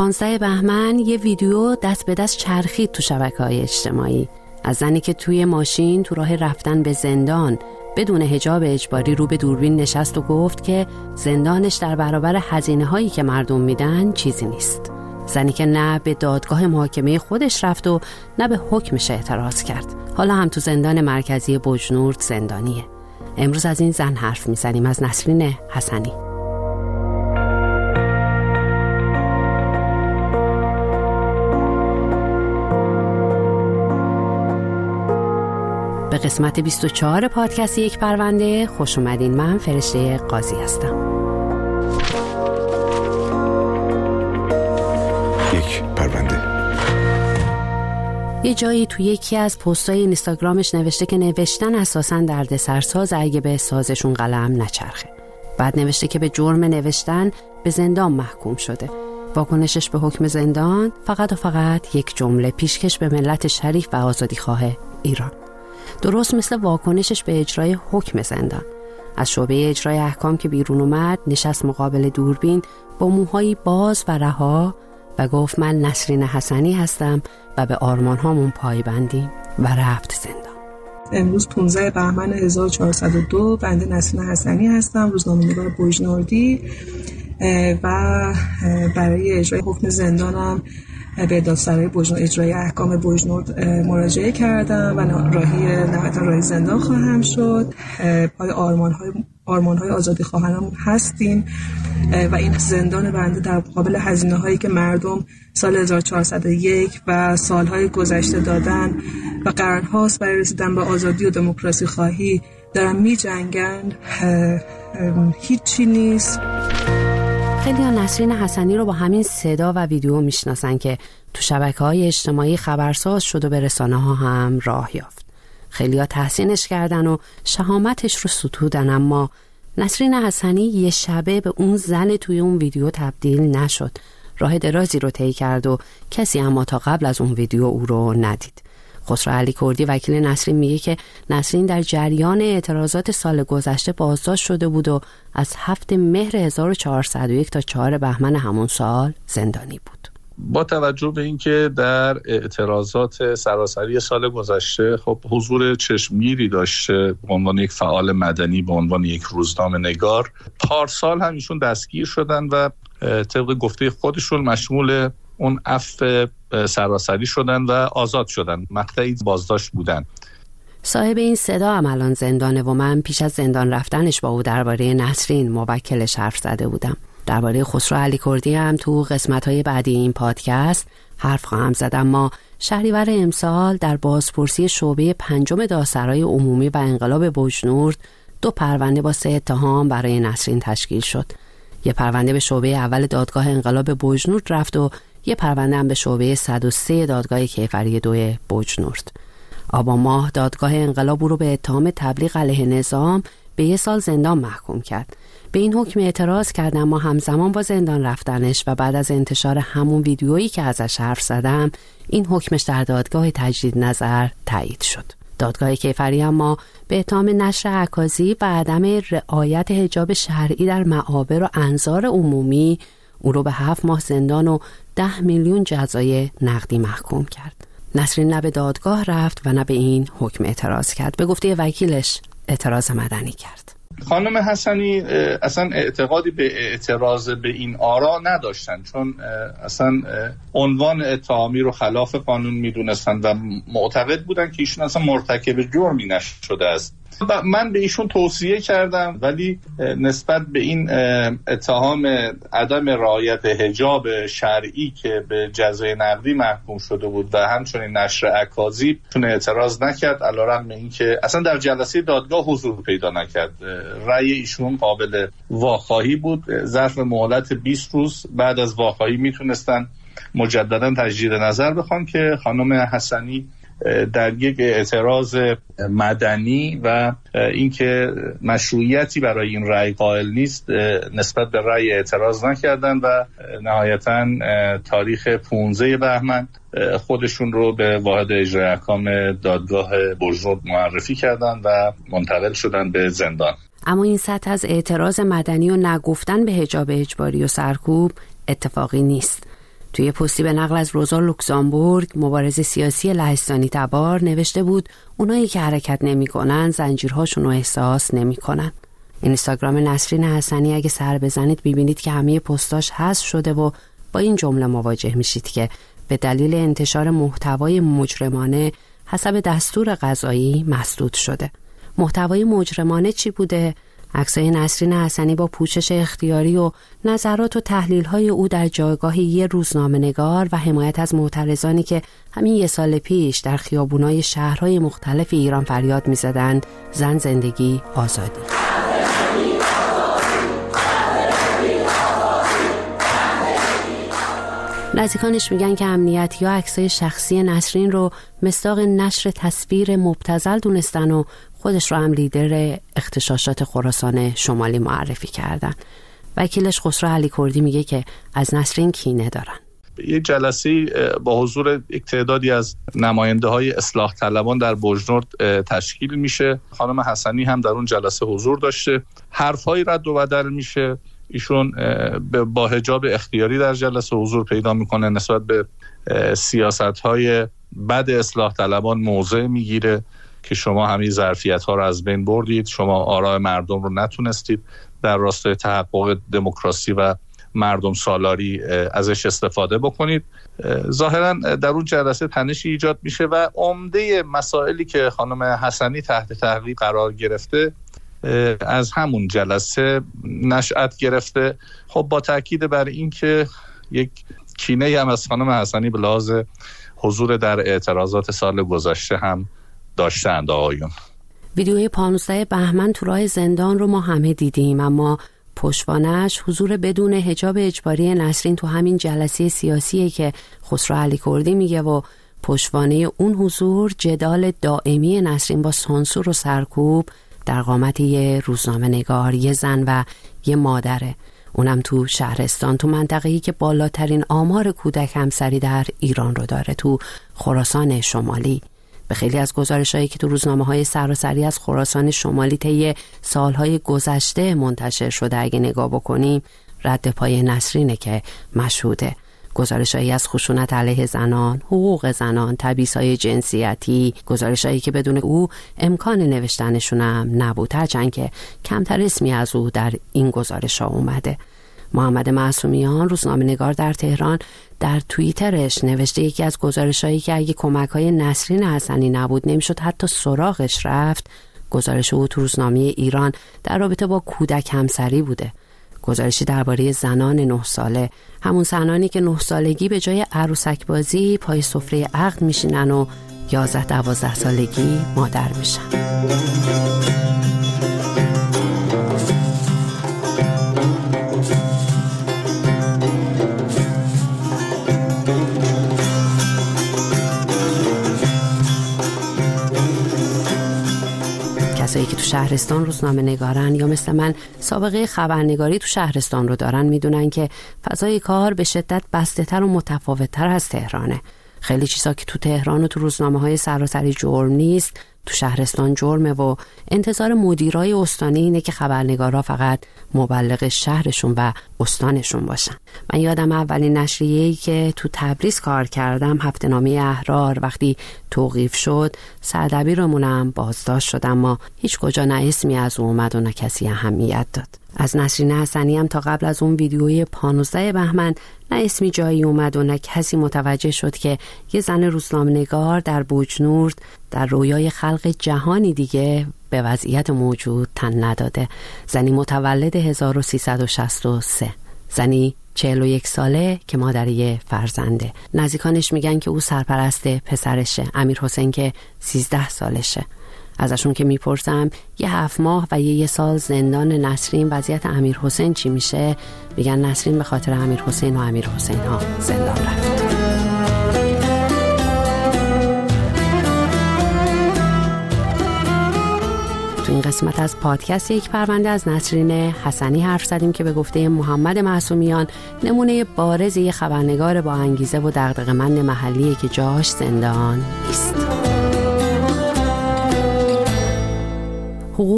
15 بهمن یه ویدیو دست به دست چرخید تو شبکه‌های اجتماعی از زنی که توی ماشین تو راه رفتن به زندان بدون حجاب اجباری رو به دوربین نشست و گفت که زندانش در برابر هزینه‌هایی که مردم میدن چیزی نیست. زنی که نه به دادگاه محاکمه خودش رفت و نه به حکمش اعتراض کرد. حالا هم تو زندان مرکزی بوجنورد زندانیه. امروز از این زن حرف میزنیم، از نسرین حسنی. به قسمت 24 پادکست یک پرونده خوش اومدین. من فرشته قاضی هستم. یک پرونده. یه جایی تو یکی از پست‌های اینستاگرامش نوشته که نوشتن اساساً دردسرساز اگه به سازشون قلم نچرخه. بعد نوشته که به جرم نوشتن به زندان محکوم شده. واکنشش به حکم زندان فقط و فقط یک جمله: پیشکش به ملت شریف و آزادیخواه ایران. درست مثل واکنشش به اجرای حکم زندان. از شعبه اجرای احکام که بیرون اومد نشست مقابل دوربین با موهایی باز و رها و گفت من نسرین حسنی هستم و به آرمان‌هامون پایبندیم و رفت زندان. امروز 15 بهمن 1402 بنده نسرین حسنی هستم، روزنامه‌نگار بوجنوردی و برای اجرای حکم زندانم به دادسرای بوجنورد اجرای احکام بوجنورد مراجعه کردم و نهایتا راهی زندان خواهم شد. پای آرمان‌های آزادی خواهانم هستیم و این زندان بنده در مقابل هزینه‌هایی که مردم سال 1401 و سالهای گذشته دادن و قرن‌هاست برای رسیدن به آزادی و دموکراسی خواهی دارن می‌جنگن هیچی نیست. خیلی ها نسرین حسنی رو با همین صدا و ویدیو میشناسن که تو شبکه‌های اجتماعی خبرساز شد و به رسانه‌ها هم راه یافت. خیلی ها تحسینش کردن و شهامتش رو ستودن، اما نسرین حسنی یه شبه به اون زن توی اون ویدیو تبدیل نشد. راه درازی رو طی کرد و کسی اما تا قبل از اون ویدیو او رو ندید. خسرو علی کردی وکیل نسرین میگه که نسرین در جریان اعتراضات سال گذشته بازداشت شده بود و از 7 مهر 1401 تا 4 بهمن همون سال زندانی بود. با توجه به اینکه در اعتراضات سراسری سال گذشته خب حضور چشمگیری داشته به عنوان یک فعال مدنی، به عنوان یک روزنامه‌نگار، پارسال هم ایشون دستگیر شدن و طبق گفته خودشون مشمول اون عفو سراسری شدن و آزاد شدن. مقطعی بازداشت بودن. صاحب این صدا هم الان زندانه و من پیش از زندان رفتنش با او درباره نسرین موکلش حرف زده بودم. درباره خسرو علی کردی هم تو قسمت‌های بعدی این پادکست حرف خواهم زد. اما شهریور امسال در بازپرسی شعبه 5 دادسرای عمومی و انقلاب بوجنورد 2 پرونده با 3 اتهام برای نسرین تشکیل شد. یه پرونده به شعبه اول دادگاه انقلاب بوجنورد رفت و یه پرونده هم به شعبه 103 دادگاه کیفری 2 بوجنورد. آبان ماه دادگاه انقلاب او رو به اتهام تبلیغ علیه نظام به 1 سال زندان محکوم کرد. به این حکم اعتراض کرد، اما همزمان با زندان رفتنش و بعد از انتشار همون ویدیویی که ازش حرف زدم این حکمش در دادگاه تجدید نظر تایید شد. دادگاه کیفری اما به اتهام نشر اکاذیب و عدم رعایت حجاب شرعی در معابر و انظار عمومی او رو به 7 ماه زندان و 10 میلیون جزای نقدی محکوم کرد. نسرین نه به دادگاه رفت و نه به این حکم اعتراض کرد. به گفته وکیلش اعتراض مدنی کرد. خانم حسنی اصلا اعتقادی به اعتراض به این آرا نداشتن، چون اصلا عنوان اتهامی رو خلاف قانون میدونستن و معتقد بودن که ایشون اصلا مرتکب جرمی نشده است. من به ایشون توصیه کردم، ولی نسبت به این اتهام عدم رعایت حجاب شرعی که به جزای نقدی محکوم شده بود و همچنین نشر اکاذیب چون اعتراض نکرد، علیرغم اینکه اصلا در جلسه دادگاه حضور پیدا نکرد. رأی ایشون قابل واخواهی بود. ظرف مهلت 20 روز بعد از واخواهی میتونستن مجددا تجدید نظر بخوان که خانم حسنی در یک اعتراض مدنی و اینکه مشروعیتی برای این رأی قائل نیست نسبت به رأی اعتراض نکردن و نهایتاً تاریخ 15 بهمن خودشون رو به واحد اجرای احکام دادگاه بوجنورد معرفی کردن و منتقل شدن به زندان. اما این سطح از اعتراض مدنی و نگفتن به حجاب اجباری و سرکوب اتفاقی نیست. توی پستی به نقل از روزا لوکزامبورگ، مبارز سیاسی لهستانی تبار، نوشته بود اونایی که حرکت نمی‌کنن زنجیرهاشون رو احساس نمی‌کنن. اینستاگرام نسرین حسنی اگه سر بزنید ببینید که همه پستاش حذف شده و با این جمله مواجه میشید که به دلیل انتشار محتوای مجرمانه حسب دستور قضایی مسدود شده. محتوای مجرمانه چی بوده؟ عکسای نسرین حسنی با پوشش اختیاری و نظرات و تحلیل‌های او در جایگاه یه روزنامه‌نگار و حمایت از معترضانی که همین یه سال پیش در خیابونای شهرهای مختلف ایران فریاد می‌زدند زن، زندگی، آزادی. نزدیکانش میگن که امنیتی ها عکسای شخصی نسرین رو مصداق نشر تصویر مبتذل دونستن و خودش رو هم لیدر اغتشاشات خراسان شمالی معرفی کردن. وکیلش خسرو علیکردی میگه که از نسرین کینه دارن. یک جلسه با حضور یک تعدادی از نماینده های اصلاح طلبان در بوجنورد تشکیل میشه. خانم حسنی هم در اون جلسه حضور داشته. حرفایی رد و بدل میشه. ایشون با حجاب اختیاری در جلسه حضور پیدا میکنه، نسبت به سیاست‌های بد اصلاح طلبان موضع میگیره که شما همین ظرفیت‌ها رو از بین بردید، شما آراء مردم رو نتونستید در راستای تحقق دموکراسی و مردم سالاری ازش استفاده بکنید. ظاهراً در اون جلسه تنشی ایجاد میشه و عمده مسائلی که خانم حسنی تحت تحقیق قرار گرفته از همون جلسه نشأت گرفته. خب با تاکید بر این که یک کینه هم از خانم حسنی به لحاظ حضور در اعتراضات سال گذشته هم داشتند آقایون. ویدیوی 15 بهمن تو راه زندان رو ما همه دیدیم، اما پشتوانش حضور بدون حجاب اجباری نسرین تو همین جلسه سیاسیه که خسرو علیکردی میگه و پشتوانه اون حضور جدال دائمی نسرین با سانسور و سرکوب در قامت یه روزنامه نگار، یه زن و یه مادره، اونم تو شهرستان، تو منطقه‌ای که بالاترین آمار کودک همسری در ایران رو داره، تو خراسان شمالی. به خیلی از گزارش‌هایی که تو روزنامه‌های سراسری از خراسان شمالی طی سال‌های گذشته منتشر شده اگه نگاه بکنیم، رد پای نسرینه که مشهوده. گزارش‌هایی از خشونت علیه زنان، حقوق زنان، تبعیض‌های جنسیتی، گزارش‌هایی که بدون او امکان نوشتنشون هم نبود، هرچند که کمتر اسمی از او در این گزارش‌ها اومده. محمد معصومیان، روزنامه‌نگار در تهران، در توییترش نوشته یکی از گزارش‌هایی که اگه کمک‌های نسرین حسنی نبود نمی‌شد حتی سراغش رفت، گزارش او تو روزنامه ایران در رابطه با کودک همسری بوده. گزارشی درباره زنان 9 ساله، همون زنانی که 9 سالگی به جای عروسک بازی پای سفره عقد میشینن و 11-12 سالگی مادر میشن. کسایی که تو شهرستان روزنامه نگارن یا مثل من سابقه خبرنگاری تو شهرستان رو دارن میدونن که فضای کار به شدت بسته‌تر و متفاوت‌تر از تهرانه. خیلی چیزا که تو تهران و تو روزنامه‌های سراسری جرم نیست تو شهرستان جرمه و انتظار مدیرای استانی اینه که خبرنگارا فقط مبلغ شهرشون و استانشون باشن. من یادم اولین نشریه‌ای که تو تبریز کار کردم، هفته‌نامه احرار، وقتی توقیف شد سردبیرمونم بازداشت شد، اما هیچ کجا نه اسمی از او اومد و نه کسی اهمیت داد. از نسرین حسنی هم تا قبل از اون ویدیوی 15 بهمن نه اسمی جایی اومد و نه کسی متوجه شد که یه زن روزنامه‌نگار در بوجنورد در رویای خلق جهانی دیگه به وضعیت موجود تن نداده. زنی متولد 1363، زنی 41 ساله که مادری فرزنده. نزدیکانش میگن که او سرپرست پسرشه، امیرحسین، که 13 سالشه. ازشون که میپرسم یه 7 ماه و یه سال زندان نسرین وضعیت امیرحسین چی میشه، میگن نسرین به خاطر امیرحسین و امیرحسین ها زندان رفت. تو این قسمت از پادکست یک پرونده از نسرین حسنی حرف زدیم که به گفته محمد معصومیان نمونه بارز یه خبرنگار با انگیزه و دغدغه‌مند محلیه که جاش زندان نیست.